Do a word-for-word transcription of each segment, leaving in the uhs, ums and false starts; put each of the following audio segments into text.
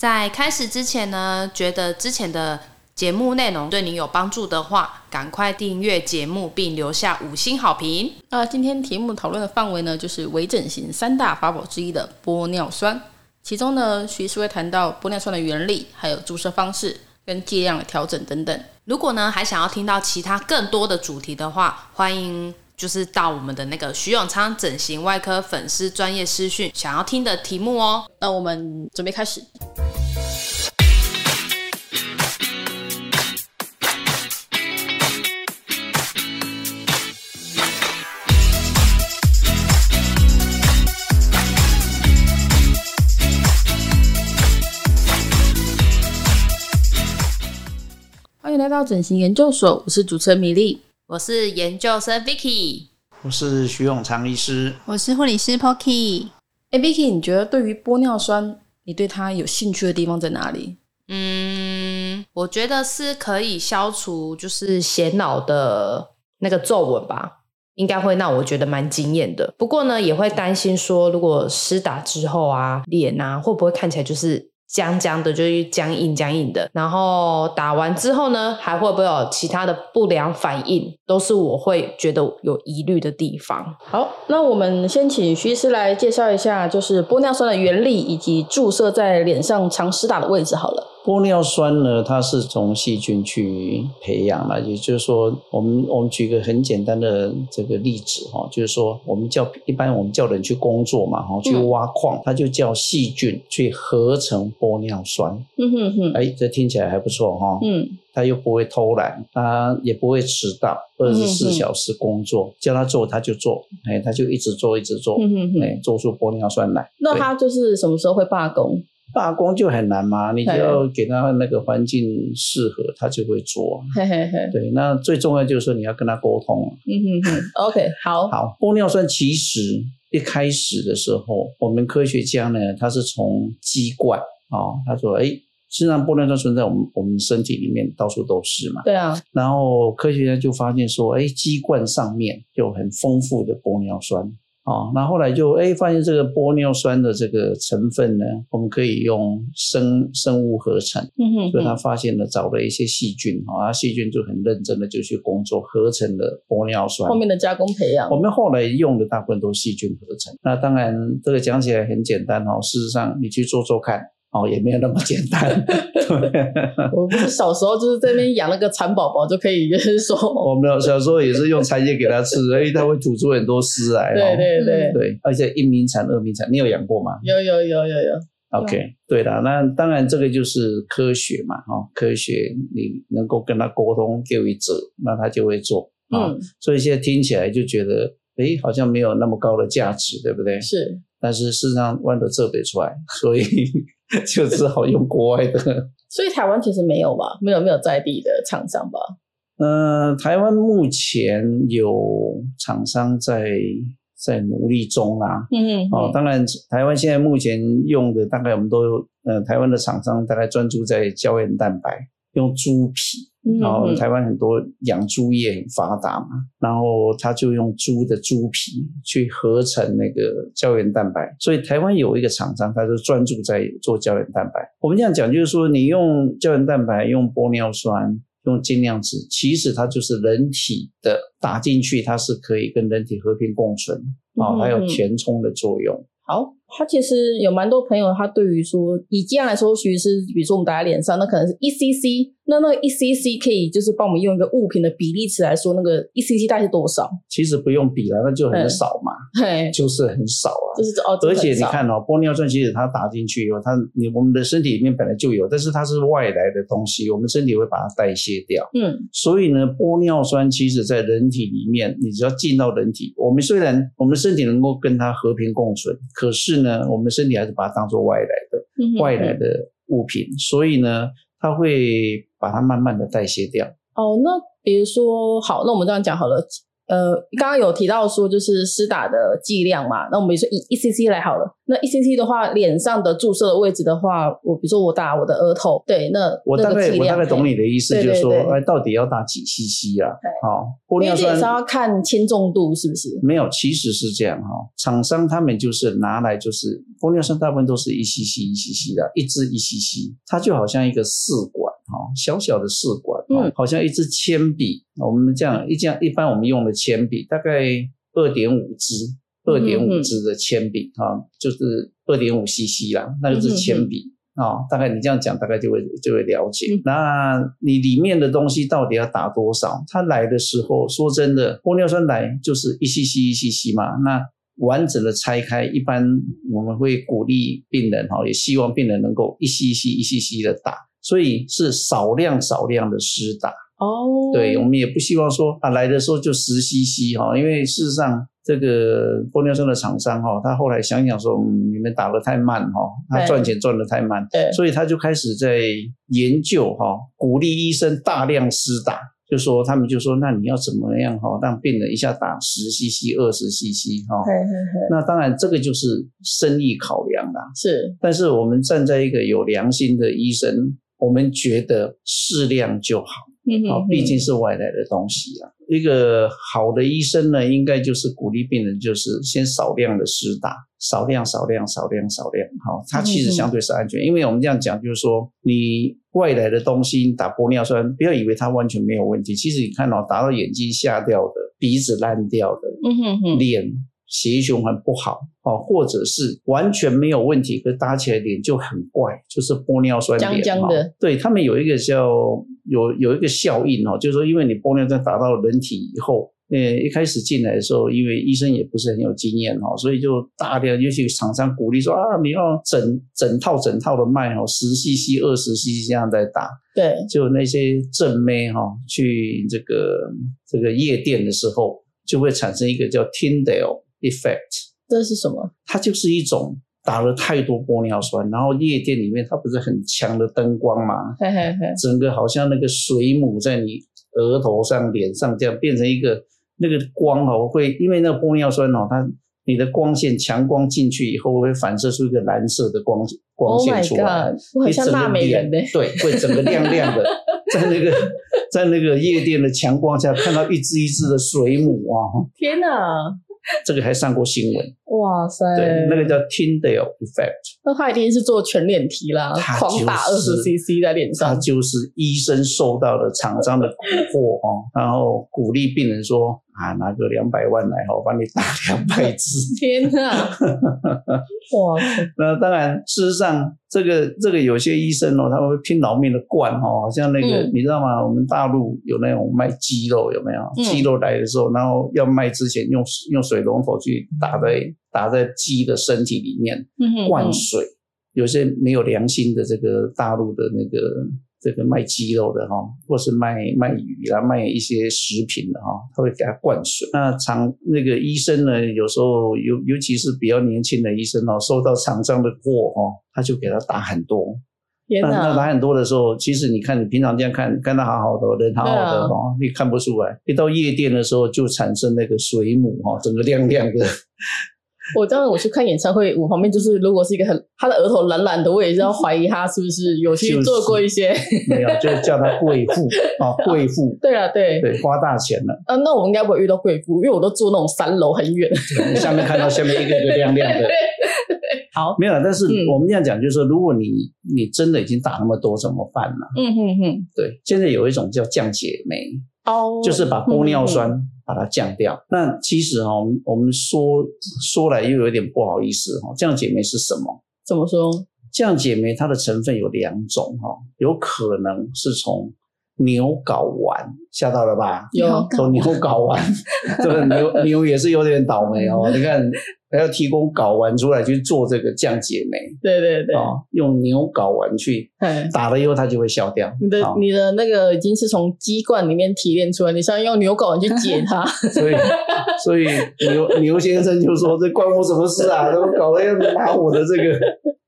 在开始之前呢，觉得之前的节目内容对你有帮助的话，赶快订阅节目并留下五星好评。 那今天题目讨论的范围呢，就是微整形三大法宝之一的玻尿酸。其中呢，徐医师会谈到玻尿酸的原理，还有注射方式跟剂量的调整等等。 如果呢还想要听到其他更多的主题的话，欢迎就是到我们的那个徐永昌整形外科粉丝专业私讯想要听的题目哦。 那我们准备开始。欢迎来到整形研究所，我是主持人米粒， 我是研究生 Vicky， 我是徐永昌医师， 我是护理师 Pocky。 欸 Vicky， 你觉得对于玻尿酸你对它有兴趣的地方在哪里？ 嗯，我觉得是可以消除就是显老的那个皱纹吧，应该会让我觉得蛮惊艳的。不过呢也会担心说如果施打之后啊，脸啊会不会看起来就是僵僵的，就是僵硬僵硬的，然后打完之后呢还会不会有其他的不良反应，都是我会觉得有疑虑的地方。 好，那我们先请徐医师来介绍一下就是玻尿酸的原理以及注射在脸上常施打的位置好了。 玻尿酸呢，它是从细菌去培养了，也就是说，我们我们举个很简单的这个例子哈，就是说，我们叫一般我们叫人去工作嘛，哈，去挖矿，嗯、它就叫细菌去合成玻尿酸。嗯哼哼，哎，这听起来还不错哈。嗯，他又不会偷懒，他也不会迟到，二十四小时工作，嗯、叫他做他就做，哎，他就一直做一直做，嗯哼哼，哎，做出玻尿酸来。 那他就是什么时候会罢工？ 罢工就很难嘛，你就要给他那个环境适合，他就会做。嘿嘿嘿，对，那最重要就是说你要跟他沟通。 嗯哼哼 ，OK， 好。 好，玻尿酸其实一开始的时候，我们科学家呢，他是从鸡冠哦，他说，哎，实际上玻尿酸存在我们我们身体里面到处都是嘛。 对啊。 然后科学家就发现说，哎，鸡冠上面有很丰富的玻尿酸。哦，那后来就诶发现这个玻尿酸的这个成分呢，我们可以用生生物合成，嗯哼哼，所以他发现了找了一些细菌，哦，啊细菌就很认真的就去工作，合成了玻尿酸。 后面的加工培养， 我们后来用的大部分都是细菌合成。那当然这个讲起来很简单哦，事实上你去做做看。哦，也没有那么简单。 我不是小时候就是在那边养那个蚕宝宝就可以，就是说我们小时候也是用蚕叶给它吃，因为它会吐出很多丝来。 对对对对，而且一鸣蝉二鸣蝉，你有养过吗？ 有有有有有。 OK， 对啦，那当然这个就是科学嘛，哦，科学你能够跟他沟通，给予者，那他就会做啊。嗯，所以现在听起来就觉得，诶，好像没有那么高的价值，对不对？ 是。 但是事实上弯的设备出来，所以就只好用国外的。 所以台湾其实没有吧，没有没有在地的厂商吧？ 呃，台湾目前有厂商在在努力中啦。嗯嗯。哦，当然，台湾现在目前用的大概我们都有，呃，台湾的厂商大概专注在胶原蛋白，用猪皮。然后台湾很多养猪业很发达嘛，然后他就用猪的猪皮去合成那个胶原蛋白，所以台湾有一个厂商，他就专注在做胶原蛋白。我们这样讲就是说，你用胶原蛋白、用玻尿酸、用精量子，其实它就是人体的打进去，它是可以跟人体和平共存，哦，还有填充的作用。 好，他其实有蛮多朋友，他对于说以剂量来说，其实是比如说我们打在脸上，那可能是一 C C， 那那个一 C C 可以就是帮我们用一个物品的比例尺来说，那个一 C C 大概是多少？ 其实不用比了，那就很少嘛，就是很少啊。 就是哦， 而且你看哦，玻尿酸其实它打进去以后，它你我们的身体里面本来就有，但是它是外来的东西，我们身体会把它代谢掉。嗯，所以呢，玻尿酸其实在人体里面，你只要进到人体，我们虽然我们身体能够跟它和平共存，可是呢，我们身体还是把它当作外来的、嗯、外来的物品，所以呢，它会把它慢慢的代谢掉。 哦，那比如说，好，那我们这样讲好了。 呃，刚刚有提到说就是施打的剂量嘛，那我们也说以 一 C C 来好了。那 一 C C 的话，脸上的注射的位置的话，我比如说我打我的额头，对，那我大概、那个、我大概懂你的意思，就是说，哎，到底要打几 C C 啊？好，玻尿酸也是要看铅重度是不是？ 没有，其实是这样哈、哦。厂商他们就是拿来就是玻尿酸，大部分都是一 C C 一 C C 的，一支一 C C， 它就好像一个试管哈、哦，小小的试管，哦、嗯，好像一支铅笔。我们这样一这样，一般我们用的铅笔大概 二点五 支。二点五 支的铅笔、嗯啊、就是 二点五 C C 啦，那就是铅笔、嗯啊、大概你这样讲大概就会就会了解、嗯、那你里面的东西到底要打多少，它来的时候说真的玻尿酸来就是一 C C 一 C C 嘛，那完整的拆开一般我们会鼓励病人、啊、也希望病人能够一 C C 一 C C 的打，所以是少量少量的施打哦。对，我们也不希望说啊来的时候就十 C C 哈，因为事实上这个玻尿酸的厂商哈，他后来想想说，嗯，你们打得太慢哈，他赚钱赚得太慢，所以他就开始在研究哈，鼓励医生大量施打，就说他们就说，那你要怎么样哈，让病人一下打十 C C、二十 C C 哈，那当然这个就是生意考量啦， 是， 但是我们站在一个有良心的医生，我们觉得适量就好。嗯哼哼，毕竟是外来的东西啦。一个好的医生呢，应该就是鼓励病人就是先少量的施打，少量少量少量少量，好，它其实相对是安全。嗯、因为我们这样讲就是说，你外来的东西打玻尿酸，不要以为它完全没有问题，其实你看哦，打到眼睛瞎掉的，鼻子烂掉的，嗯哼哼，脸血液循环不好、哦、或者是完全没有问题，可是打起来脸就很怪，就是玻尿酸脸僵僵的、 哦、对，他们有一个叫有有一个效应、哦、就是说因为你玻尿酸打到人体以后，呃，一开始进来的时候，因为医生也不是很有经验、哦、所以就大量，尤其厂商鼓励说啊，你要整整套整套的卖、哦、十 C C 二十 C C 这样在打， 对， 就那些正妹、哦、去这个这个夜店的时候就会产生一个叫 Tyndall effect。 这是什么？ 它就是一种打了太多玻尿酸，然后夜店里面它不是很强的灯光嘛，嘿嘿嘿，整个好像那个水母在你额头上脸上这样变成一个那个光哦，会因为那个玻尿酸哦，它你的光线强光进去以后会反射出一个蓝色的光光线出来， Oh my God， 很像娜美人的， 对，会整个亮亮的在那个在那个夜店的强光下看到一只一只的水母啊！ 天哪， 这个还上过新闻。 哇塞， 对，那个叫 Tyndall effect。 那他一定是做全脸提啦，狂打二十 C C 在脸上。 他就是医生受到了厂商的蛊惑哦，然后鼓励病人说啊，拿个两百万来我帮你打两百支。 天哪！哇！ 那当然，事实上这个这个有些医生哦，他会拼老命的灌哦，好像那个、嗯、你知道吗？我们大陆有那种卖鸡肉，有没有？嗯、鸡肉来的时候，然后要卖之前用用水龙头去打在打在鸡的身体里面，嗯、灌水。有些没有良心的这个大陆的那个这个卖鸡肉的哈，或是卖卖鱼啦，卖一些食品的哈，他会给他灌水。那厂那个医生呢，有时候尤尤其是比较年轻的医生哦，收到厂商的货哦，他就给他打很多。那那打很多的时候，其实你看你平常这样看，看他好好的人好好的哦，啊、你看不出来。一到夜店的时候，就产生那个水母哈，整个亮亮的。 我当然我去看演唱会，我旁边就是如果是一个很他的额头蓝蓝的，我也是要怀疑他是不是有去做过一些、就是、 没有，就叫他贵妇啊，贵妇。 对了，对对，花大钱了。 啊，那我们应该不会遇到贵妇，因为我都住那种三楼很远， 下面看到下面一个一个亮亮的。 好， 没有，但是我们这样讲，就是说，如果你你真的已经打那么多怎么办呢？嗯哼哼，对，现在有一种叫降解酶。哦，就是把玻尿酸把它降掉。嗯、那其实哦，我们说说来又有点不好意思哈、哦。降解酶是什么？ 怎么说？ 降解酶它的成分有两种哈、哦，有可能是从牛睾丸，吓到了吧？ 有， 从牛睾丸，这个牛牛也是有点倒霉哦。你看，还要提供睾丸出来去做这个降解酶。 对对对， 哦，用牛睾丸去打了以后，它就会消掉。 你的、哦、你的那个已经是从鸡冠里面提炼出来，你想用牛睾丸去解它。 所以，所以牛牛先生就说：“这关我什么事啊？怎么搞得要拿我的这个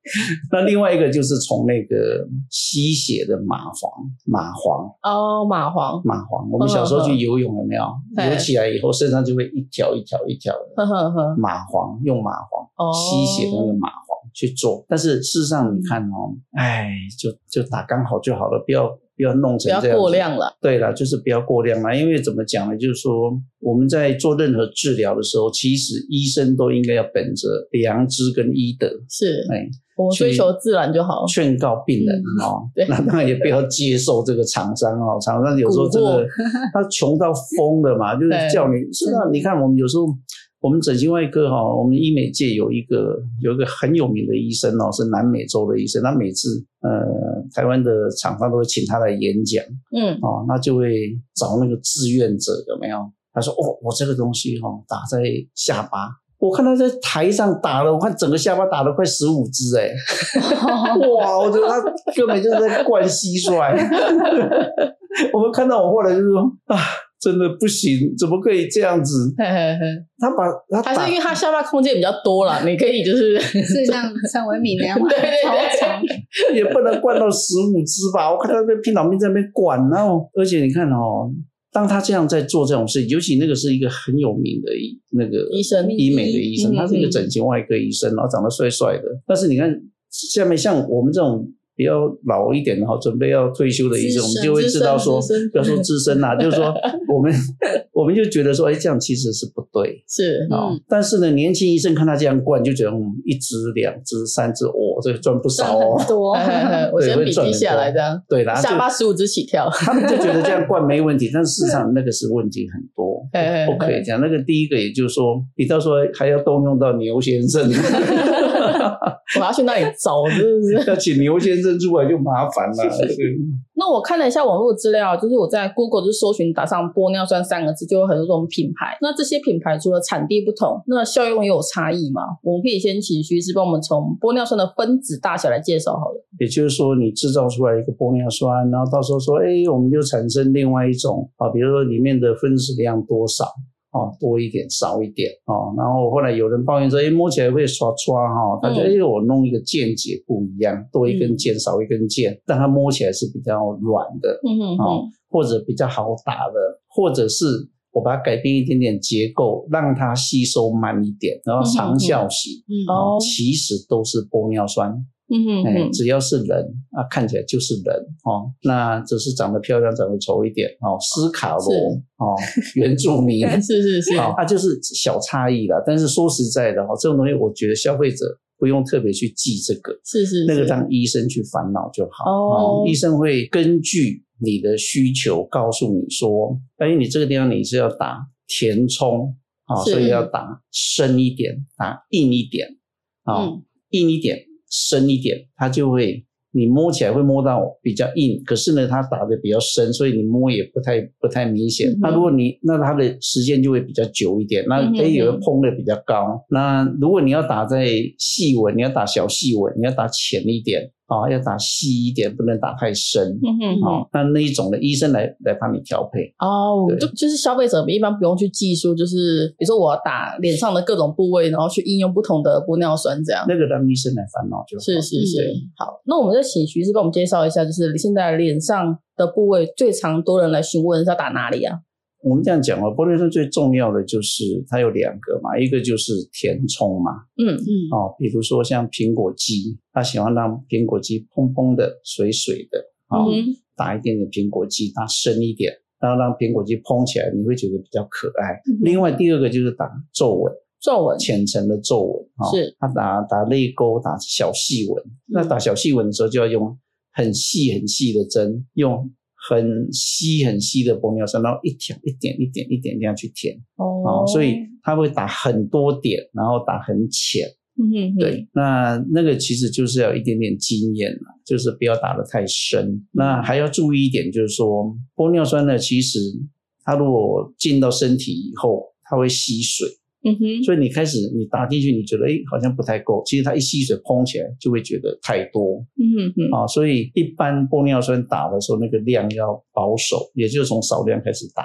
那另外一个就是从那个吸血的蚂蟥，蚂蟥哦，蚂蟥， 蚂蟥，我们小时候去游泳有没有？ 嗯、 游起来以后身上就会一条一条一条的蚂蟥，用蚂蟥、哦、吸血的那个蚂蟥去做。但是事实上你看哦，哎，就就打刚好就好了，不要不要弄成这样子， 不要过量了。对啦，就是不要过量啦。因为怎么讲呢？就是说我们在做任何治疗的时候，其实医生都应该要本着良知跟医德， 是， 哎， 我们追求自然就好， 劝告病人、嗯、哦。那当然也不要接受这个厂商哦，厂商有时候真的他穷到疯了嘛，就是叫你是啊。你看我们有时候。我们整形外科哈，我们医美界有一个有一个很有名的医生哦，是南美洲的医生。他每次呃台湾的厂商都会请他来演讲，嗯，哦，那就会找那个志愿者有没有？他说哦，我这个东西哈、哦、打在下巴，我看他在台上打了，我看整个下巴打了快十五支哎，哇，我觉得他根本就是在灌蟋蟀。我们看到我后来就说啊。真的不行，怎么可以这样子？ 嘿嘿嘿他把他还是因为他下巴空间比较多啦，你可以就是是像陈为民那样吗？ 对对对， 超长也不能灌到十五支吧？我看他在拼老命在那边灌，然后而且你看哦，当他这样在做这种事，尤其那个是一个很有名的那个医生， 医美的医生，他是一个整形外科医生，然后长得帅帅的。但是你看下面像我们这种。比较老一点的哈，准备要退休的医生，我们就会知道说，不要说资深啦，就是说我们我们就觉得说，哎，这样其实是不对， 是啊、嗯。但是呢，年轻医生看他这样灌，就觉得嗯，一支、两支、三支，哦，这个赚不少哦， 很多，我先笔记下来这样， 对啦， 下巴十五支起跳， 他们就觉得这样灌没问题，但事实上那个是问题很多，不可以这样。那个第一个，也就是说，你到时候还要动用到牛先生。 我要去那里找，是不是？ 要请牛先生出来就麻烦了。 那我看了一下网络资料，就是我在 Google 就搜寻打上玻尿酸三个字，就有很多种品牌。那这些品牌除了产地不同，那效用也有差异嘛？我们可以先请徐医师帮我们从玻尿酸的分子大小来介绍好了。 也就是说，你制造出来一个玻尿酸，然后到时候说，哎，我们就产生另外一种啊，比如说里面的分子量多少。哦，多一点少一点哦，然后后来有人抱怨说，哎，摸起来会刷刷哈，他觉得哎、嗯，我弄一个键解不一样，多一根键、嗯、少一根键，但它摸起来是比较软的，嗯哼哼，哦，或者比较好打的，或者是我把它改变一点点结构，让它吸收慢一点，然后长效型，嗯、哦，其实都是玻尿酸。嗯哼哼，只要是人啊，看起来就是人哦。那只是长得漂亮，长得丑一点哦。斯卡罗哦，原住民是是是， 哦，它就是小差异啦。但是说实在的哦，这种东西我觉得消费者不用特别去记这个， 是是是， 那个让医生去烦恼就好。哦，哦，医生会根据你的需求告诉你说，哎，你这个地方你是要打填充啊，哦，所以要打深一点，打硬一点啊，哦嗯，硬一点。深一点，它就会你摸起来会摸到比较硬，可是呢，它打的比较深，所以你摸也不太不太明显。嗯，那如果你那它的时间就会比较久一点，那哎也会碰的比较高。那如果你要打在细纹，你要打小细纹，你要打浅一点。哦，要打细一点，不能打太深。嗯哼哼，哦，那那一种的医生来来帮你调配。哦， 就就是消费者一般不用去计数，就是比如说我要打脸上的各种部位，然后去应用不同的玻尿酸这样。 那个让医生来烦恼就好。 是是是，嗯，好，那我们再请徐医师帮我们介绍一下，就是现在脸上的部位最常多人来询问是要打哪里啊？ 我们这样讲哦，玻尿酸最重要的就是它有两个嘛，一个就是填充嘛，嗯嗯，哦，比如说像苹果肌，他喜欢让苹果肌蓬蓬的、水水的，哦，嗯，打一点点苹果肌，打深一点，然后让苹果肌蓬起来，你会觉得比较可爱。嗯，另外第二个就是打皱纹， 皱纹浅层的皱纹，哦，是他打打泪沟，打小细纹，嗯，那打小细纹的时候就要用很细很细的针，用很稀很稀的玻尿酸，然后一条一点一点一点这样去填，哦，所以它会打很多点，然后打很浅，嗯哼哼，对，那那个其实就是要有一点点经验啦，就是不要打得太深，嗯，那还要注意一点，就是说玻尿酸呢，其实它如果进到身体以后，它会吸水。嗯哼，所以你开始你打进去，你觉得诶好像不太够，其实它一吸水膨起来就会觉得太多。嗯哼哼，啊，所以一般玻尿酸打的时候，那个量要保守，也就是从少量开始打。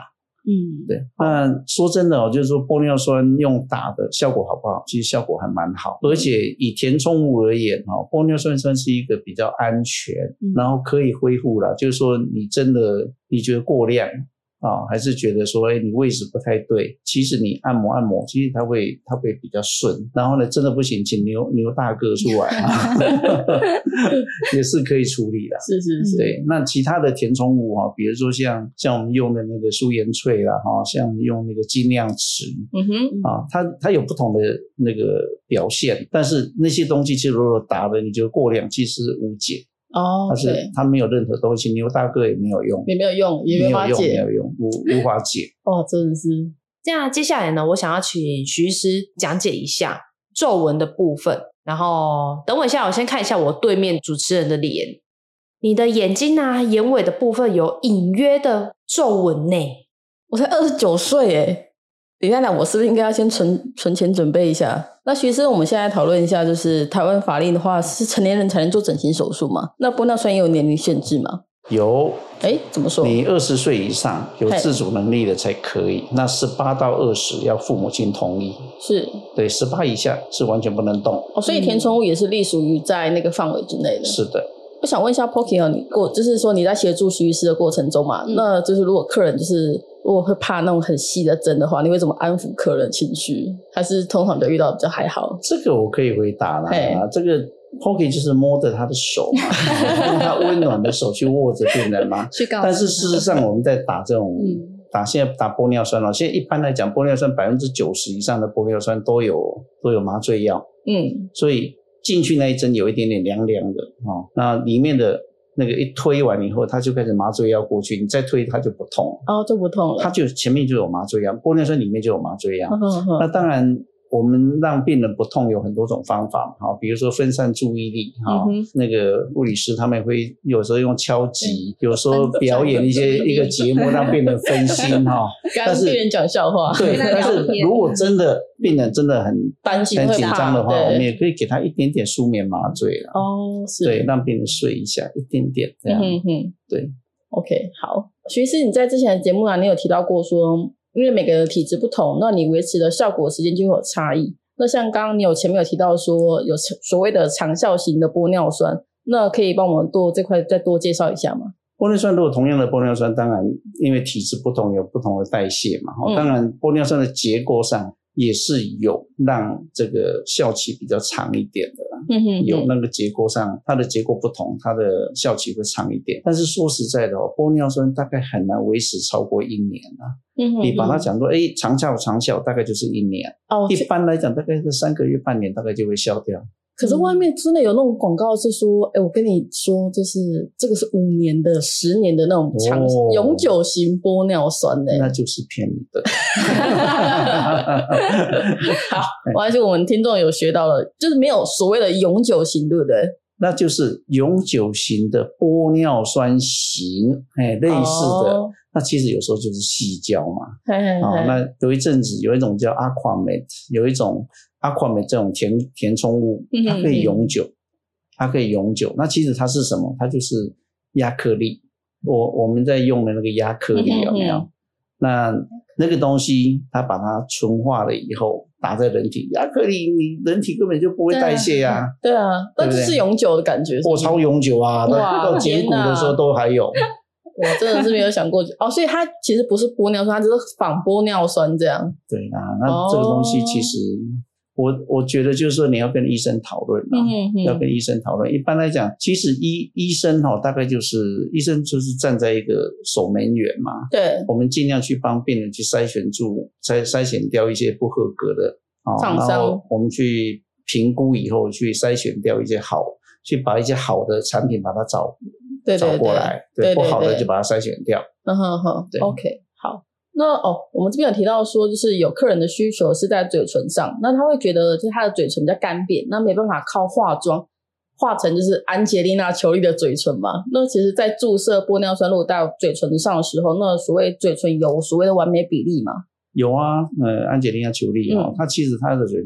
嗯， 对。那说真的哦，就是说玻尿酸用打的效果好不好？其实效果还蛮好，而且以填充物而言哦，玻尿酸算是一个比较安全，嗯、然后可以恢复啦。就是说你真的你觉得过量。啊、哦，还是觉得说，哎，你位置不太对。其实你按摩按摩，其实它会它会比较顺。然后呢，真的不行，请牛牛大哥出来啊，也是可以处理的。 是是是。 对，那其他的填充物哈、哦，比如说像像我们用的那个舒颜萃啦，哈、哦，像用那个精亮池， 嗯哼， 啊，它它有不同的那个表现，但是那些东西其实如果打了，你就过量，其实无解。 哦， 它是它没有任何东西，牛大哥也没有用， 也没有用，也没法解， 没有用，无无法解。 哦，真的是。 这样接下来呢，我想要请徐医师讲解一下皱纹的部分。然后等我一下，我先看一下我对面主持人的脸。你的眼睛啊，眼尾的部分有隐约的皱纹呢。 我才二十九岁诶。等一下，我是不是应该要先存存钱准备一下？那徐医师，我们现在讨论一下，就是台湾法令的话，是成年人才能做整形手术吗？那玻尿酸也有年龄限制吗？ 有。 诶，怎么说？ 你二十岁以上有自主能力的才可以。那十八到二十要父母亲同意。 是。对， 十八以下是完全不能动。 哦，所以填充物也是隶属于在那个范围之内的。 是的。 我想问一下 Poki 啊，你过就是说你在协助徐医师的过程中嘛，嗯、那就是如果客人就是如果会怕那种很细的针的话，你会怎么安抚客人情绪？还是通常比较遇到比较还好？ 这个我可以回答啦。这个 Poki 就是摸着他的手嘛，用他温暖的手去握着病人嘛。但是事实上我们在打这种、嗯、打现在打玻尿酸了，现在一般来讲玻尿酸百分之九十以上的玻尿酸都有都有麻醉药。嗯，所以。进去那一针有一点点凉凉的、哦、那里面的那个一推完以后，它就开始麻醉药过去，你再推它就不痛哦，就不痛了。 它就前面就有麻醉药，玻尿酸里面就有麻醉药。呵呵那当然，我们让病人不痛有很多种方法，好，比如说分散注意力，哈、嗯，那个物理师他们会有时候用敲击，有时候表演一些一个节目让病人分心，哈。 跟病人讲笑话。 对，但是如果真的病人真的很担心、 很紧张的话，我们也可以给他一点点舒眠麻醉了。哦，是。对，让病人睡一下，一点点这样。嗯哼，对。 OK， 好，徐医师，你在之前的节目啊，你有提到过说。因为每个人的体质不同，那你维持的效果时间就会有差异。那像刚刚你有前面有提到说有所谓的长效型的玻尿酸，那可以帮我们多这块再多介绍一下吗？ 玻尿酸如果同样的玻尿酸，当然因为体质不同有不同的代谢嘛、嗯、当然玻尿酸的结构上也是有让这个效期比较长一点的啦。嗯哼嗯，有那个结构上它的结构不同，它的效期会长一点。但是说实在的哦，玻尿酸大概很难维持超过一年啊。嗯哼嗯，你把它讲说诶长效长效大概就是一年、哦、一般来讲大概是三个月半年大概就会消掉。 可是外面真的有那种广告是说，哎、欸，我跟你说，就是这个是五年的、十年的那种长、哦、永久型玻尿酸呢、欸， 那就是骗你的。 好，我相信我们听众有学到了，就是没有所谓的永久型，对不对？ 那就是永久型的玻尿酸型，哎，类似的。哦，那其实有时候就是矽胶嘛。嘿嘿嘿，哦，那有一阵子有一种叫 Aquamed， 有一种 Aquamed 这种填填充物，它可以永久，嗯嗯，它可以永久。那其实它是什么？它就是亚克力。我我们在用的那个亚克力有没有？嗯嗯，那那个东西它把它纯化了以后打在人体，亚克力你人体根本就不会代谢啊。 对啊，那就是永久的感觉是不是？ 哦，超永久啊，到减骨的时候都还有。 我真的是没有想过哦，所以它其实不是玻尿酸，它只是仿玻尿酸这样。对啊，那这个东西其实、哦、我我觉得就是说你要跟医生讨论啊，嗯嗯，要跟医生讨论。一般来讲，其实医医生哈、哦，大概就是医生就是站在一个守门员嘛。对，我们尽量去帮病人去筛选出筛筛选掉一些不合格的啊，厂商，然后我们去评估以后去筛选掉一些好，去把一些好的产品把它找。对对对，找过来，对，对对对，不好的就把它筛选掉。嗯哼哼，对 ，OK， 好。那哦，我们这边有提到说，就是有客人的需求是在嘴唇上，那他会觉得就是他的嘴唇比较干瘪，那没办法靠化妆化成就是安吉丽娜·裘丽的嘴唇嘛。那其实，在注射玻尿酸如果到嘴唇上的时候，那所谓嘴唇有所谓的完美比例吗？有啊，呃，安吉丽娜·裘丽哦，她、嗯、其实她的人。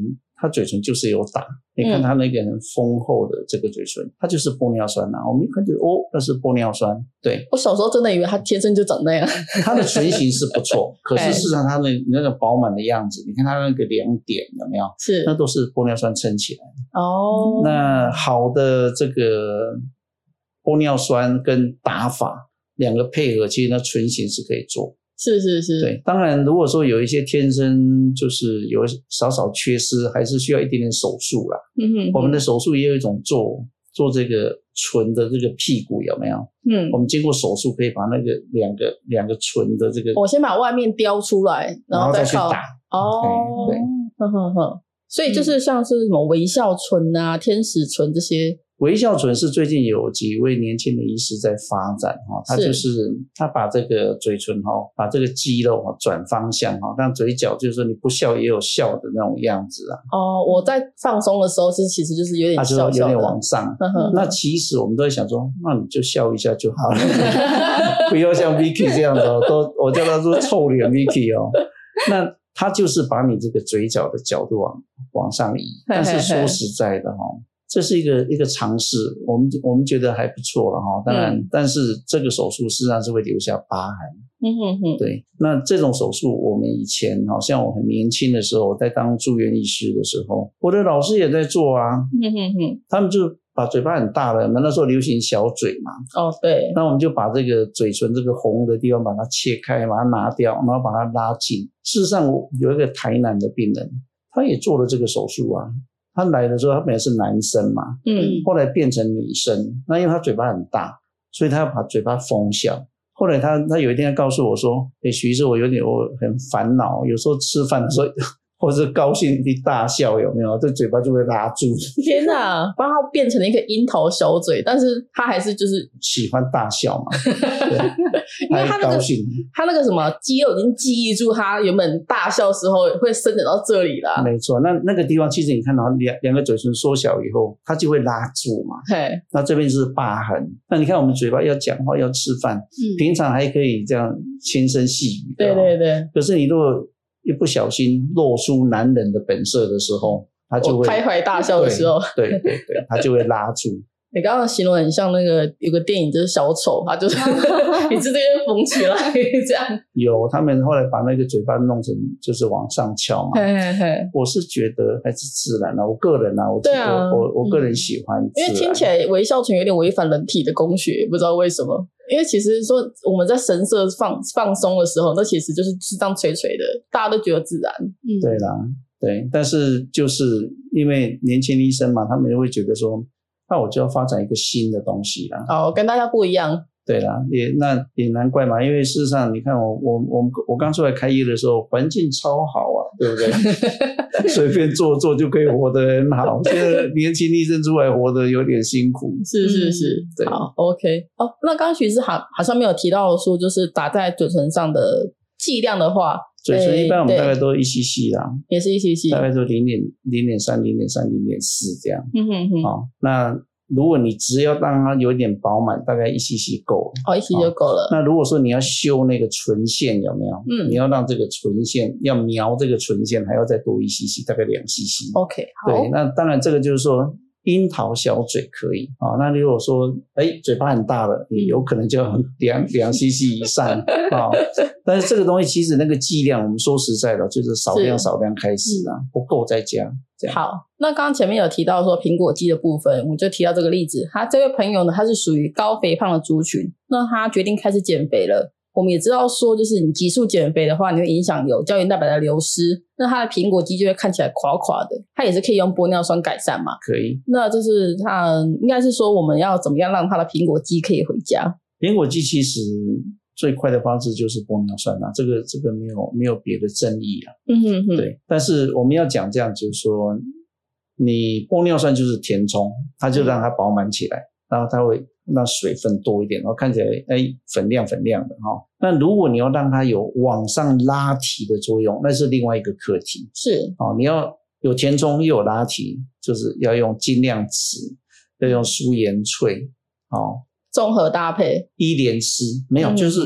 它嘴唇就是有打，你看它那个很丰厚的这个嘴唇，它就是玻尿酸啊。我们一看就哦，那是玻尿酸。对， 我小时候真的以为它天生就长那样。 它的唇形是不错，可是事实上它的那个饱满的样子，你看它那个两点有没有？ 是， 那都是玻尿酸撑起来的。 哦， 那好的这个玻尿酸跟打法两个配合，其实那唇形是可以做。 是是是， 对，当然如果说有一些天生就是有少少缺失，还是需要一点点手术啦。 嗯哼， 我们的手术也有一种做做这个唇的这个屁股有没有？ 嗯， 我们经过手术可以把那个两个两个唇的这个， 我先把外面雕出来，然后再去打。 哦， 对， 呵呵呵，所以就是像是什么微笑唇啊、天使唇这些。 微笑唇是最近有几位年轻的医师在发展哈，他就是他把这个嘴唇哈，把这个肌肉哈转方向哈，让嘴角就是说你不笑也有笑的那种样子啊。 哦，我在放松的时候是其实就是有点笑笑的， 它就有点往上。 呵呵， 那其实我们都在想说，那你就笑一下就好了，不要像 Vicky 这样子哦，都我叫他说臭脸 Vicky 哦。那他就是把你这个嘴角的角度往往上移，但是说实在的哈。这是一个一个尝试，我们我们觉得还不错了哈。当然，嗯、但是这个手术事实上是会留下疤痕。 嗯哼哼。对， 那这种手术，我们以前好像我很年轻的时候，我在当住院医师的时候，我的老师也在做啊。 嗯哼哼。 他们就把嘴巴很大的，那时候流行小嘴嘛。 哦，对。 那我们就把这个嘴唇这个红的地方把它切开，把它拿掉，然后把它拉近。事实上，有一个台南的病人，他也做了这个手术啊。他来的时候，他本来是男生嘛，嗯，后来变成女生。那因为他嘴巴很大，所以他要把嘴巴封小。后来他他有一天告诉我说：“诶，许医师，我有点我很烦恼，有时候吃饭的时候。”或者是高兴一大笑有没有？这嘴巴就会拉住。 天哪，帮他变成了一个樱桃小嘴，但是他还是就是喜欢大笑嘛。对， 因为他那个他那个什么肌肉已经记忆住他原本大笑的时候会伸展到这里啦。 没错，那那个地方其实你看到两两个嘴唇缩小以后，它就会拉住嘛。 嘿， 那这边是疤痕。那你看我们嘴巴要讲话要吃饭，嗯、平常还可以这样轻声细语的、哦。 对对对。 可是你如果一不小心露出男人的本色的时候，他就会开怀大笑的时候， 对对 对, 对，他就会拉住。 你刚刚形容很像那个有个电影就是小丑，他就是一直这边缝起来这样。 有他们后来把那个嘴巴弄成就是往上翘嘛。 嘿嘿嘿， 我是觉得还是自然啊，我个人啊，我对啊， 我我我个人喜欢、嗯， 因为听起来微笑唇有点违反人体的工学，不知道为什么。因为其实说我们在神色放放松的时候，那其实就是是这样垂垂的，大家都觉得自然。 嗯，对啦，对，但是就是因为年轻医生嘛，他们会觉得说，那我就要发展一个新的东西啦。 哦，跟大家不一样。 对啦，也那也难怪嘛，因为事实上，你看我我我我刚出来开业的时候，环境超好啊，对不对？随便做做就可以活得很好。现在年轻医生出来活得有点辛苦。 是是是，对，好 ，OK。哦，那刚刚徐医师好好像没有提到说，就是打在嘴唇上的剂量的话， 嘴唇一般我们大概都一 C C 啦， 也是一 C C， 大概都零点零点三、零点三、零点四这样。 嗯哼哼。 好，那。如果你只要让它有点饱满，大概一 C C 够了。 哦，一 C C 就够了。 那如果说你要修那个唇线，有没有？ 嗯， 你要让这个唇线要描这个唇线，还要再多一 C C， 大概两 C C。 OK， 好。 对，那当然这个就是说樱桃小嘴可以啊。那如果说哎嘴巴很大了，也有可能就要两两 C C 以上啊。但是这个东西其实那个剂量，我们说实在的，就是少量少量开始啊，不够再加。 好，那刚刚前面有提到说苹果肌的部分，我们就提到这个例子。他这位朋友呢，他是属于高肥胖的族群，那他决定开始减肥了。我们也知道说，就是你急速减肥的话，你会影响有胶原蛋白的流失，那他的苹果肌就会看起来垮垮的。他也是可以用玻尿酸改善嘛？ 可以。 那就是他应该是说，我们要怎么样让他的苹果肌可以回家？ 苹果肌其实最快的方式就是玻尿酸啊，这个这个没有没有别的争议啊。 嗯哼哼， 对。但是我们要讲这样，就是说，你玻尿酸就是填充，它就让它饱满起来，嗯、然后它会让水分多一点，然后看起来哎粉亮粉亮的哈、哦。那如果你要让它有往上拉提的作用，那是另外一个课题。 是哦，你要有填充又有拉提，就是要用精亮瓷，要用舒颜萃，哦。 综合搭配， 伊莲丝没有、嗯，就是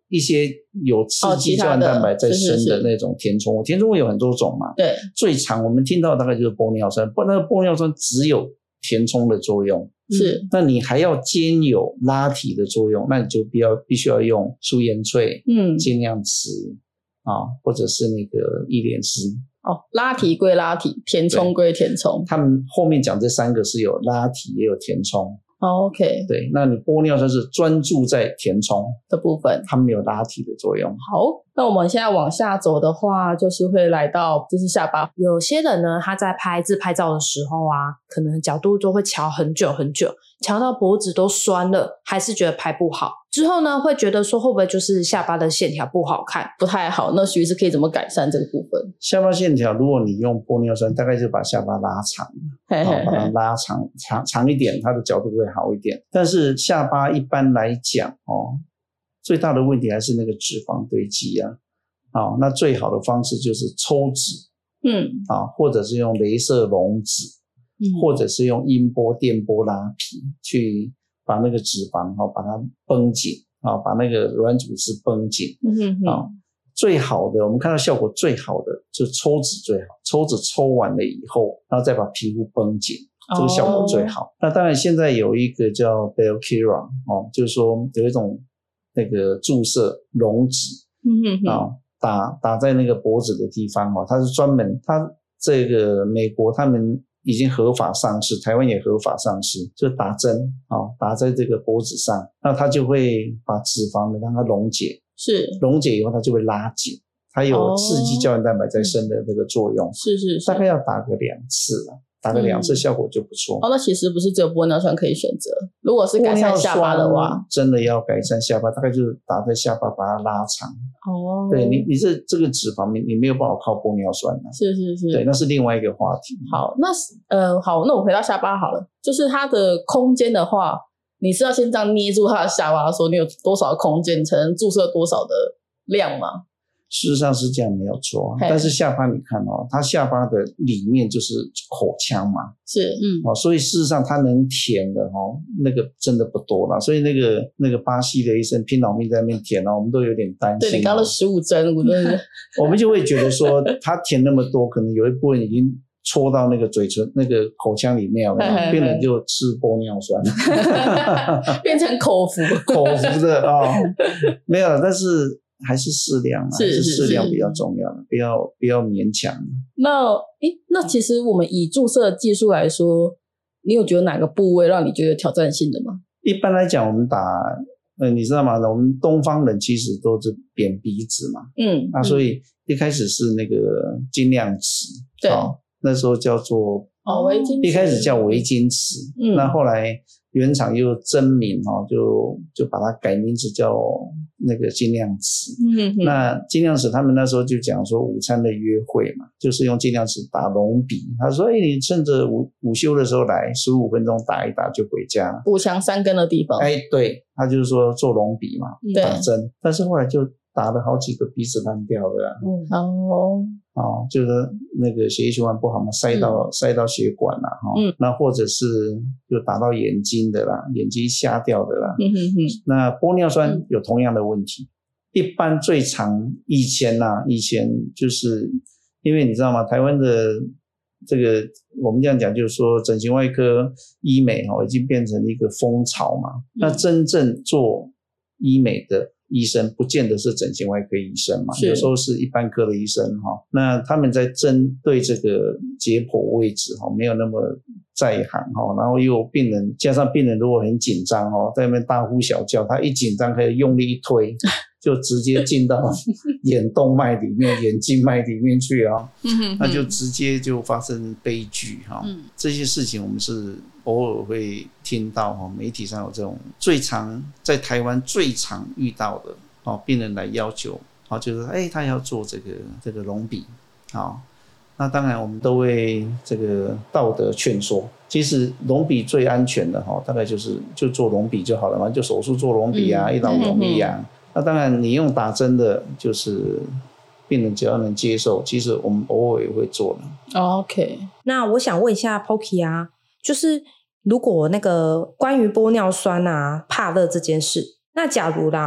一些有刺激胶原蛋白在生的那种填充物，填充物有很多种嘛。 对， 最常我们听到大概就是玻尿酸，不，那个玻尿酸只有填充的作用， 是， 那你还要兼有拉提的作用，那你就必要必须要用舒颜萃、嗯，尽量瓷啊，或者是那个伊莲丝。 哦，拉提归拉提，填充归填充。 他们后面讲这三个是有拉提也有填充。 哦 OK， 对，那你玻尿酸是专注在填充的部分， 它没有拉提的作用。 好，那我们现在往下走的话，就是会来到就是下巴。 有些人呢，他在拍自拍照的时候啊，可能角度都会调很久很久，调到脖子都酸了，还是觉得拍不好。之后呢，会觉得说会不会就是下巴的线条不好看， 不太好？那徐医师可以怎么改善这个部分？ 下巴线条，如果你用玻尿酸，大概就把下巴拉长， 嘿嘿嘿， 把它拉长长长一点，它的角度会好一点。但是下巴一般来讲哦，最大的问题还是那个脂肪堆积啊。哦，那最好的方式就是抽脂，嗯，啊，或者是用雷射溶脂，嗯，或者是用音波、电波拉皮去把那个脂肪哈、哦、把它绷紧啊、哦，把那个软组织绷紧，嗯哼哼，啊、哦，最好的我们看到效果最好的就是抽脂最好，抽脂抽完了以后，然后再把皮肤绷紧。这个效果最好。哦、那当然，现在有一个叫 Belkira 哦，就是说有一种那个注射溶脂，嗯哼哼，哦，打打在那个脖子的地方哦，它是专门，它这个美国他们已经合法上市，台湾也合法上市，就打针哦，打在这个脖子上，那它就会把脂肪让它溶解，是溶解以后它就会拉紧，它有刺激胶原蛋白在生的这个作用，哦、是是是，大概要打个两次了。打个两次效果就不错、 嗯、哦。那其实不是只有玻尿酸可以选择，如果是改善下巴的话， 真的要改善下巴，大概就是打在下巴把它拉长。哦，对你，你这这个脂肪你你没有办法靠玻尿酸的、啊， 是是是， 对，那是另外一个话题。 好，那呃好，那我回到下巴好了，就是它的空间的话，你是要先这样捏住它的下巴，说你有多少空间，才能注射多少的量吗？ 事实上是这样没有错，但是下巴你看哦，它下巴的里面就是口腔嘛， 是，嗯， 哦，所以事实上它能填的哦，那个真的不多啦，所以那个那个巴西的医生拼老命在那边填哦，我们都有点担心、哦。 对，你刚刚十五针，我真的， 我们就会觉得说，他填那么多，可能有一部分已经戳到那个嘴唇、那个口腔里面了，病人就吃玻尿酸， 变成口服， 口服的啊、哦，没有，但是。还是适量啊，是是是，适量比较重要，不要不要勉强。 那诶，那其实我们以注射技术来说，你有觉得哪个部位让你觉得有挑战性的吗？ 一般来讲，我们打，呃，你知道吗？我们东方人其实都是扁鼻子嘛，嗯，那所以一开始是那个精量瓷，对、哦，那时候叫做哦微晶， 一开始叫微晶瓷，嗯，那后来原厂又真名哦，就就把它改名字叫那个精量瓷。嗯哼，那精量瓷他们那时候就讲说午餐的约会嘛，就是用精量瓷打隆鼻。他说：“哎、欸，你趁着午午休的时候来，十五分钟打一打就回家。” 补强三根的地方。 哎，对，他就是说做隆鼻嘛，打针。但是后来就打了好几个鼻子烂掉了、啊。嗯哦。哦，就是那个血液循环不好嘛，塞到、嗯、塞到血管啦，哈、哦，嗯，那或者是就打到眼睛的啦，眼睛瞎掉的啦，嗯哼哼，那玻尿酸有同样的问题，嗯、一般最常以前呐、啊，以前就是因为你知道吗，台湾的这个我们这样讲，就是说整形外科医美哈、哦，已经变成一个风潮嘛，嗯、那真正做医美的医生不见得是整形外科医生嘛，有时候是一般科的医生哈。那他们在针对这个解剖位置哈，没有那么在行哈。然后又病人加上病人如果很紧张哦，在那边大呼小叫，他一紧张可以用力一推，就直接进到眼动脉里面、眼静脉里面去啊，那就直接就发生悲剧哈。这些事情我们是偶尔会听到哈，媒体上有这种最常在台湾最常遇到的哦，病人来要求哦，就是哎他要做这个这个隆鼻啊，那当然我们都会这个道德劝说，其实隆鼻最安全的哈，大概就是就做隆鼻就好了嘛，就手术做隆鼻啊，一劳永逸啊。那当然你用打针的，就是病人只要能接受，其实我们偶尔也会做的。 Oh, OK， 那我想问一下 Poki 啊，就是如果那个关于玻尿酸啊、怕热这件事，那假如啦，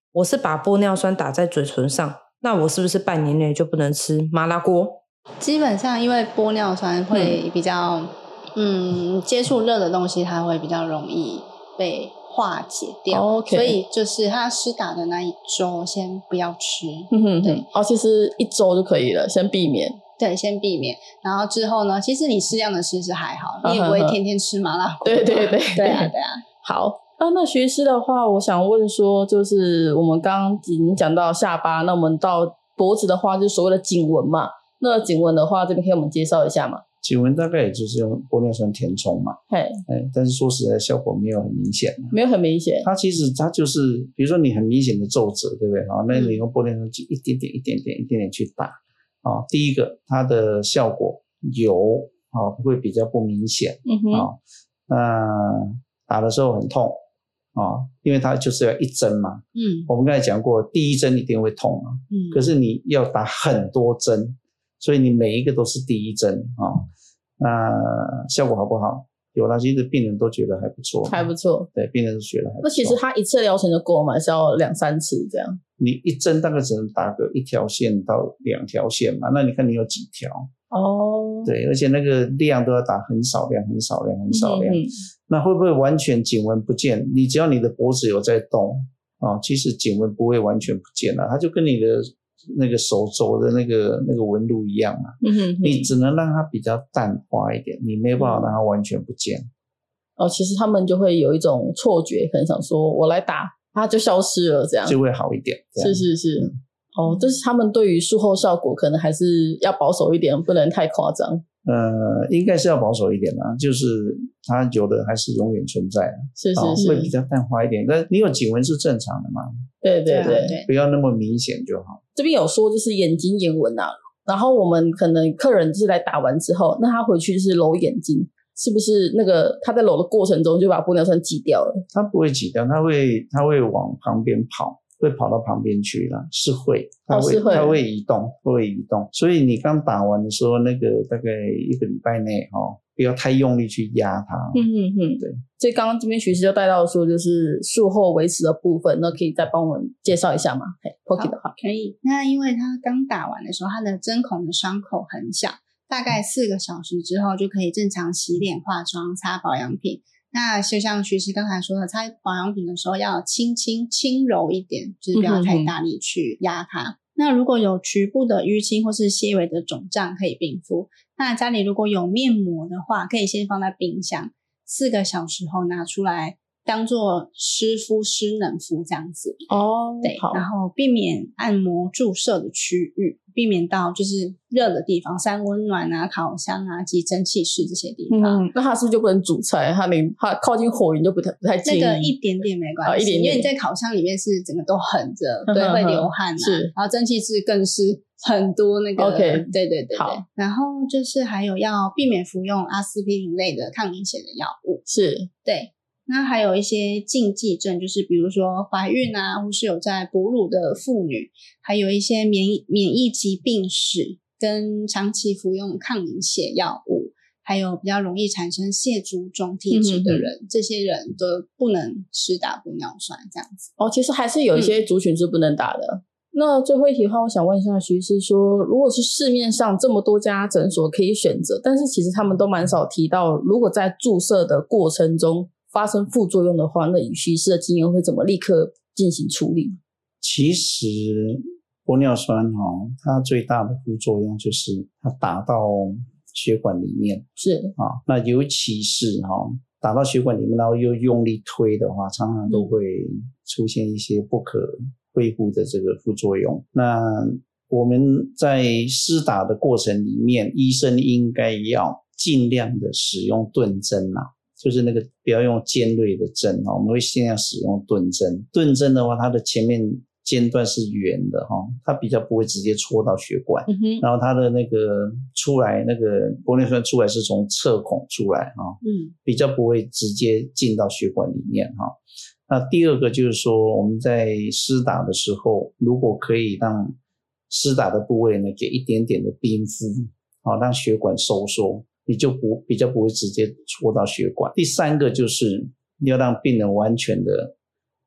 我是把玻尿酸打在嘴唇上，那我是不是半年内就不能吃麻辣锅？ 基本上因为玻尿酸会比较 嗯, 嗯接触热的东西它会比较容易被化解掉、 oh, okay. 所以就是它施打的那一周先不要吃。 嗯哼， 对哦，其实一周就可以了，先避免。 对，先避免，然后之后呢，其实你适量的吃是还好，你也不会天天吃麻辣锅。 对对对对啊对啊。 好啊，那徐医师的话，我想问说，就是我们刚刚已经讲到下巴，那我们到脖子的话，就是所谓的颈纹嘛。那颈纹的话，这边可以我们介绍一下吗？ 颈纹大概也就是用玻尿酸填充嘛， 嘿， 哎，但是说实在效果没有很明显， 没有很明显。 它其实它就是，比如说你很明显的皱褶，对不对？好，那你用玻尿酸一点点、一点点、一点点去打，啊，第一个它的效果有啊，会比较不明显， 嗯哼， 啊，那打的时候很痛啊，因为它就是要一针嘛， 嗯， 我们刚才讲过，第一针一定会痛啊， 嗯， 可是你要打很多针。所以你每一个都是第一针啊、哦，那效果好不好？有啦，其实病人都觉得还不错， 还不错。 对，病人都觉得还不错。 那其实他一次疗程就够吗？还是要两三次这样？ 你一针大概只能打个一条线到两条线嘛，那你看你有几条？ 哦， 对，而且那个量都要打很少量、很少量、很少量。 嗯嗯， 那会不会完全颈纹不见？你只要你的脖子有在动啊、哦，其实颈纹不会完全不见了，它就跟你的那个手肘的那个那个纹路一样嘛， 嗯哼哼， 你只能让它比较淡化一点，你没有办法让它完全不见。 哦，其实他们就会有一种错觉，可能想说我来打它就消失了，这样就会好一点。 是是是、嗯，哦，这是他们对于术后效果可能还是要保守一点，不能太夸张。 呃，应该是要保守一点啦，就是它有的还是永远存在的， 是是是、 哦，会比较淡化一点。但你有颈纹是正常的嘛？ 对对 对, 对, 对， 不要那么明显就好。 这边有说就是眼睛眼纹啊，然后我们可能客人就是来打完之后，那他回去就是揉眼睛，是不是那个他在揉的过程中就把玻尿酸挤掉了？ 他不会挤掉，他会他会往旁边跑。会跑到旁边去啦，是会，它会， 哦、会它会移动，会移动。所以你刚打完的时候，那个大概一个礼拜内哦，不要太用力去压它。 嗯嗯嗯， 对。 所以刚刚这边徐师就带到说，就是术后维持的部分，那可以再帮我们介绍一下吗？嘿 ，Poki 的话可以。那因为他刚打完的时候，他的针孔的伤口很小，大概四个小时之后就可以正常洗脸、化妆、擦保养品。那就像徐师刚才说的，擦保养品的时候要轻轻轻柔一点，就是不要太大力去压它。嗯哼哼，那如果有局部的淤青或是些微的肿胀可以冰敷。那家里如果有面膜的话，可以先放在冰箱，四个小时后拿出来当做湿敷、湿冷敷这样子。 哦， 对， 好， 然后避免按摩注射的区域，避免到就是热的地方，三温暖啊、烤箱啊及蒸汽室这些地方。 嗯，那它是不是就不能煮菜？它连它靠近火源就不太不太建议。 那个一点点没关系、哦，一点点，因为你在烤箱里面是整个都横着，对，会流汗啊。 是， 然后蒸汽室更是很多那个。 OK， 对对 对, 对。 好， 然后就是还有要避免服用阿司匹林类的抗凝血的药物。 是， 对。那还有一些禁忌症，就是比如说怀孕啊，或是有在哺乳的妇女，还有一些免免疫疾病史跟长期服用抗凝血药物，还有比较容易产生血足肿体质的人、嗯、这些人都不能施打玻尿酸这样子。 哦，其实还是有一些族群是不能打的。嗯，那最后一题的话，我想问一下徐医师说，如果是市面上这么多家诊所可以选择，但是其实他们都蛮少提到，如果在注射的过程中发生副作用的话，那以徐医师的经验会怎么立刻进行处理？ 其实玻尿酸哦，它最大的副作用就是它打到血管里面， 是啊，那尤其是哈、哦、打到血管里面，然后又用力推的话，常常都会出现一些不可恢复的这个副作用。那我们在施打的过程里面，医生应该要尽量的使用钝针啊，就是那个不要用尖锐的针，我们会尽量使用钝针。钝针的话，它的前面尖段是圆的，它比较不会直接戳到血管、 嗯、 然后它的那个出来那个玻尿酸出来是从侧孔出来、嗯、比较不会直接进到血管里面。那第二个就是说，我们在施打的时候，如果可以让施打的部位呢给一点点的冰敷，让血管收缩，你就不比较不会直接戳到血管。第三个就是要让病人完全的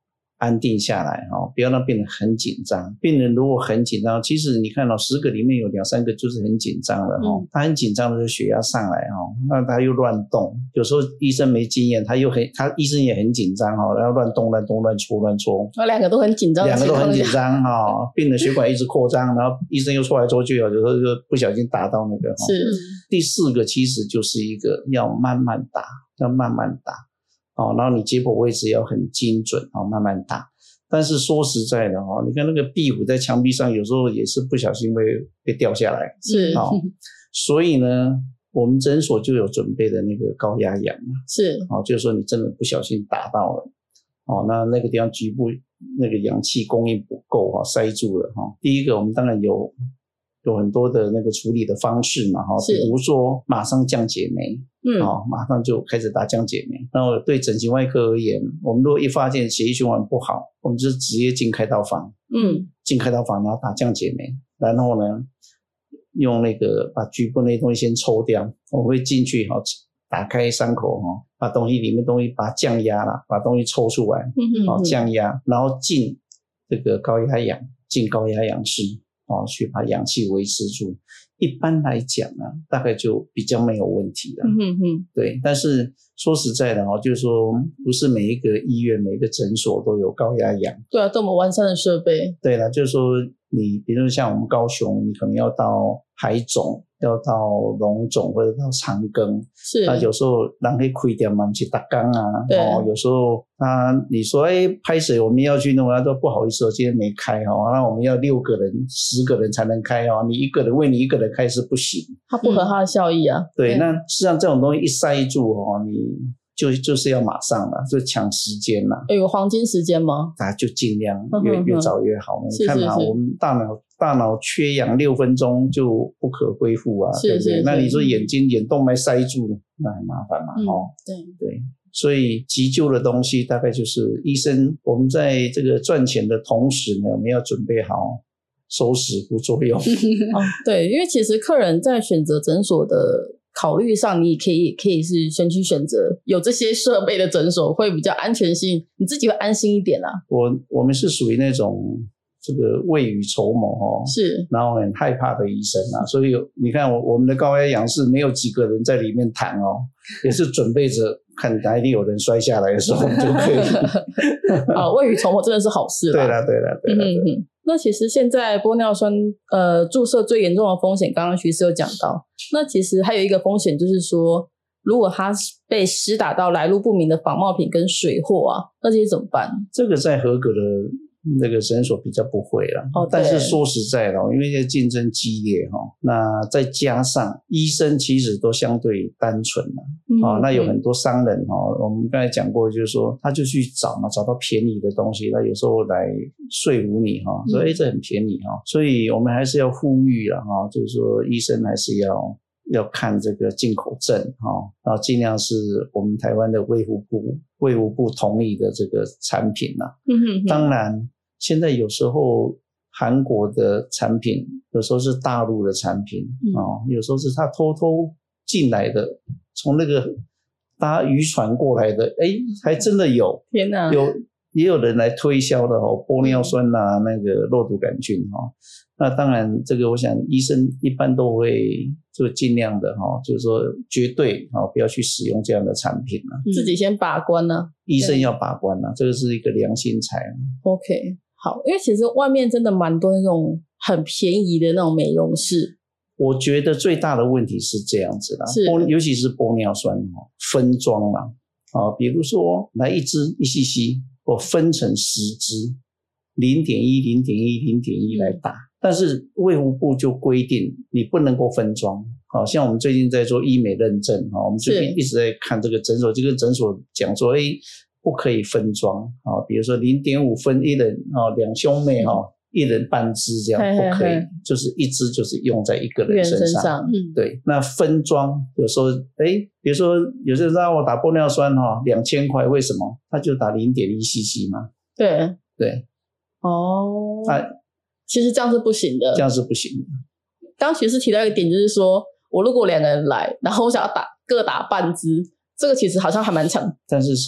安定下来哈，不要让病人很紧张。病人如果很紧张，其实你看到、哦、十个里面有两三个就是很紧张了哈、嗯，他很紧张的时候血压上来哈，那他又乱动，有时候医生没经验，他又很他医生也很紧张哈，然后乱动乱动乱搓乱搓， 那两个都很紧张， 两个都很紧张哈，病人血管一直扩张，然后医生又搓来搓去，有时候就不小心打到那个哈。 是第四个其实就是一个要慢慢打，要慢慢打。哦，然后你解剖位置要很精准，哦，慢慢打。但是说实在的哦，你看那个壁虎在墙壁上，有时候也是不小心会被掉下来。 是， 哦，所以呢，我们诊所就有准备的那个高压氧。 是， 哦，就是说你真的不小心打到了，哦，那那个地方局部那个氧气供应不够哈、哦，塞住了哈、哦。第一个，我们当然有有很多的那个处理的方式嘛哈、哦，比如说马上降解酶。嗯，好，马上就开始打降解酶。然后对整形外科而言，我们如果一发现血液循环不好，我们就直接进开刀房，嗯，进开刀房，然后打降解酶，然后呢，用那个把局部那些东西先抽掉，我们会进去哈，打开伤口哈，把东西里面东西把它降压啦，把东西抽出来，嗯好降压，然后进这个高压氧，进高压氧室，哦，去把氧气维持住。一般来讲啊，大概就比较没有问题了。嗯哼，对。但是说实在的哦，就是说不是每一个医院、每一个诊所都有高压氧。 对啊，这么完善的设备。 对了，就是说你比如说像我们高雄，你可能要到海总，要到荣总或者到长庚。是。那有时候人会开店嘛，去打工啊。对。哦，有时候他你说哎拍谁我们要去弄，他说不好意思，我今天没开哦，那我们要六个人、十个人才能开哦，你一个人为你一个人开是不行， 它不合它的效益啊。 嗯、对, 对，那实际上这种东西一塞住哦，你就就是要马上了，就抢时间了。 有个黄金时间吗？ 啊，就尽量越越早越好。你看嘛，我们大脑大脑缺氧六分钟就不可恢复啊，对不对？那你说眼睛眼动脉塞住，那很麻烦嘛，嗯、哦， 对对。 所以急救的东西大概就是医生，我们在这个赚钱的同时呢，我们要准备好收拾副作用。 哦，对，因为其实客人在选择诊所的考虑上，你也可以也可以是先去选择有这些设备的诊所，会比较安全性，你自己会安心一点啦。 我我们是属于那种这个未雨绸缪哦，是，然后很害怕的医生啊，所以你看我我们的高压氧室没有几个人在里面躺哦，也是准备着看哪一天有人摔下来的时候就可以。 啊，未雨绸缪真的是好事啦。 对啦对啦对啦。 嗯嗯。那其实现在玻尿酸呃注射最严重的风险，刚刚徐师有讲到，那其实还有一个风险就是说，如果它被施打到来路不明的仿冒品跟水货啊，那这些怎么办？ 这个在合格的那个诊所比较不会啦，哦，但是说实在的，因为现在竞争激烈哈，那再加上医生其实都相对单纯啦，嗯哦，那有很多商人哈，我们刚才讲过，就是说他就去找嘛，找到便宜的东西，他有时候来说服你哈，说哎这很便宜哈，所以我们还是要呼吁啦哈，就是说医生还是要要看这个进口证哈，然后尽量是我们台湾的卫福部卫福部同意的这个产品啦，嗯哼哼，当然。现在有时候韩国的产品，有时候是大陆的产品，嗯哦，有时候是他偷偷进来的，从那个搭渔船过来的，哎，还真的有， 天哪， 有也有人来推销的哦，玻尿酸啊，那个肉毒杆菌哈，哦，那当然这个我想医生一般都会就尽量的哈，哦，就是说绝对哈，哦，不要去使用这样的产品啊， 自己先把关呢，啊， 医生要把关啊，这个是一个良心财，啊。 OK。好，因为其实外面真的蛮多那种很便宜的那种美容室。 我觉得最大的问题是这样子啦，是尤其是玻尿酸分装嘛，啊，比如说来一支一 C C， 我分成十支，零点一、零点一、零点一来打，嗯，但是卫福部就规定你不能够分装。好像我们最近在做医美认证，我们最近一直在看这个诊所，就跟诊所讲说，哎。不可以分装啊，比如说 零点五 分一人啊，两兄妹哈，嗯，一人半支这样嘿嘿嘿不可以，就是一支就是用在一个人身上。身上嗯，对，那分装有时候哎，比如说有些人让我打玻尿酸哈，两千块，为什么？他就打 零点一 C C 嘛。 对对， 哦，啊，其实这样是不行的， 这样是不行的。 刚其实提到一个点，就是说我如果两个人来，然后我想要打各打半支。这个其实好像还蛮强， 但是是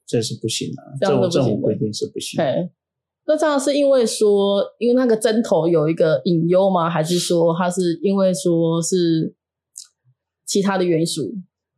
这是不行的，政府政府规定是不行的。 那这样是因为说，因为那个针头有一个隐忧吗？还是说它是因为说是其他的元素？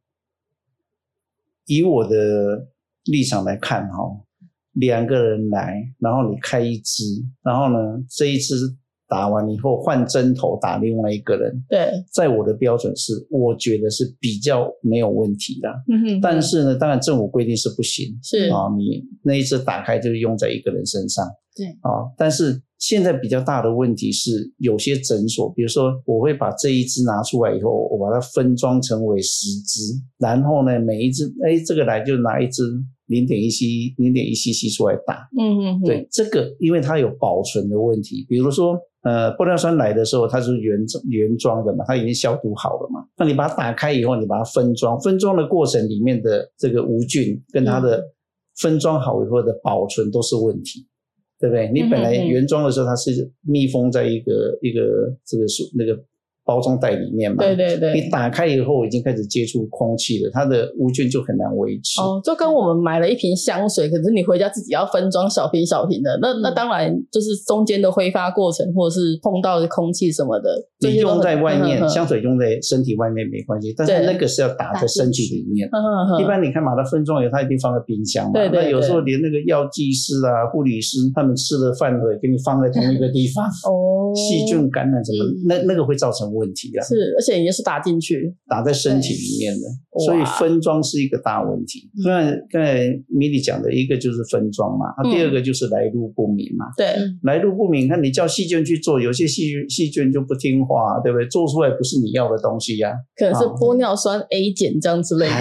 以我的立场来看哈，两个人来，然后你开一支，然后呢这一支打完以后换针头打另外一个人， 对， 在我的标准是我觉得是比较没有问题的。嗯哼哼，但是呢当然政府规定是不行， 是啊，你那一支打开就是用在一个人身上， 对啊，但是现在比较大的问题是有些诊所，比如说我会把这一支拿出来以后，我把它分装成为十支，然后呢每一支哎这个来就拿一支零点一 C 零点一 C C 出来打。嗯嗯，对，这个因为它有保存的问题，比如说呃玻尿酸来的时候它是原原装的嘛，它已经消毒好了嘛，那你把它打开以后你把它分装，分装的过程里面的这个无菌跟它的分装好以后的保存都是问题，对不对？你本来原装的时候它是密封在一个一个这个那个包装袋里面嘛， 对对对， 你打开以后已经开始接触空气了，它的无菌就很难维持。 哦，就跟我们买了一瓶香水，可是你回家自己要分装小瓶小瓶的，那那当然就是中间的挥发过程，或者是碰到的空气什么的， 你用在外面，呵呵香水用在身体外面没关系，但是那个是要打在身体里面。呵呵一般你看把它分装以后，它一定放在冰箱嘛。对对对，那有时候连那个药剂师啊、护理师他们吃的饭盒也给你放在同一个地方，哦，细菌感染什么，嗯、那那个会造成问题啊。 是，而且也是打进去， 打在身体里面的，所以分装是一个大问题。刚才刚才米莉讲的一个就是分装嘛，嗯、第二个就是来路不明嘛。 对， 来路不明，看你叫细菌去做，有些细细菌就不听话，对不对？做出来不是你要的东西呀、啊， 可能是玻尿酸 A 碱这样之类的。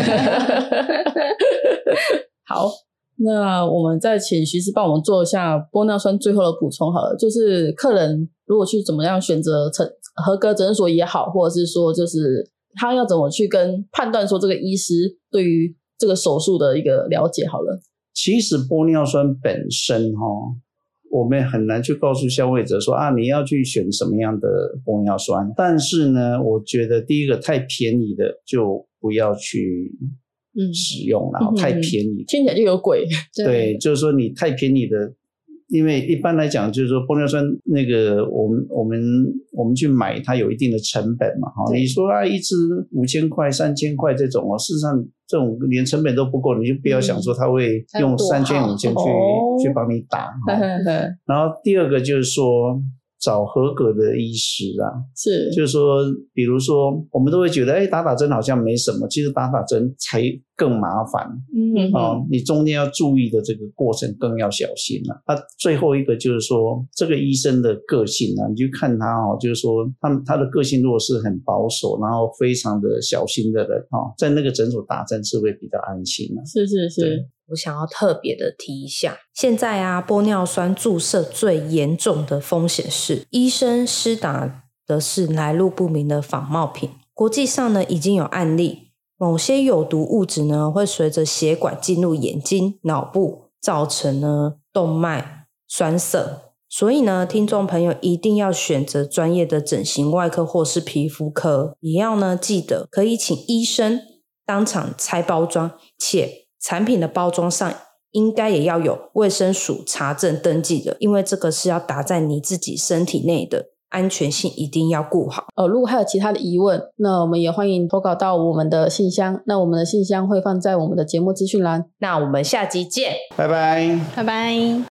好。那我们再请徐师帮我们做一下玻尿酸最后的补充好了，就是客人如果去怎么样选择成合格诊所也好，或者是说就是他要怎么去跟判断说这个医师对于这个手术的一个了解好了。 其实玻尿酸本身齁，我们很难去告诉消费者说啊你要去选什么样的玻尿酸，但是呢我觉得第一个太便宜的就不要去使用，然后太便宜， 听起来就有鬼。 对，就是说你太便宜的，因为一般来讲就是说玻尿酸那个我们我们我们去买它有一定的成本嘛，你说啊一支五千块三千块这种哦，事实上这种连成本都不够，你就不要想说他会用三千五千去、哦、去帮你打。然后第二个就是说找合格的医师啊， 是， 就是说比如说我们都会觉得哎，打打针好像没什么，其实打打针才更麻烦。嗯、哦，你中间要注意的这个过程更要小心了、啊。啊，最后一个就是说这个医生的个性啊，你去看他哦，就是说他他的个性如果是很保守，然后非常的小心的人哦，在那个诊所打针是会比较安心的、啊。 是是是。 我想要特别的提一下，现在啊，玻尿酸注射最严重的风险是医生施打的是来路不明的仿冒品。国际上呢，已经有案例，某些有毒物质呢会随着血管进入眼睛、脑部，造成呢动脉栓塞。所以呢，听众朋友一定要选择专业的整形外科或是皮肤科，也要呢记得可以请医生当场拆包装，且产品的包装上应该也要有卫生署查证登记的，因为这个是要打在你自己身体内的，安全性一定要顾好。 呃，如果还有其他的疑问，那我们也欢迎投稿到我们的信箱，那我们的信箱会放在我们的节目资讯栏。 那我们下集见， 拜拜， 拜拜。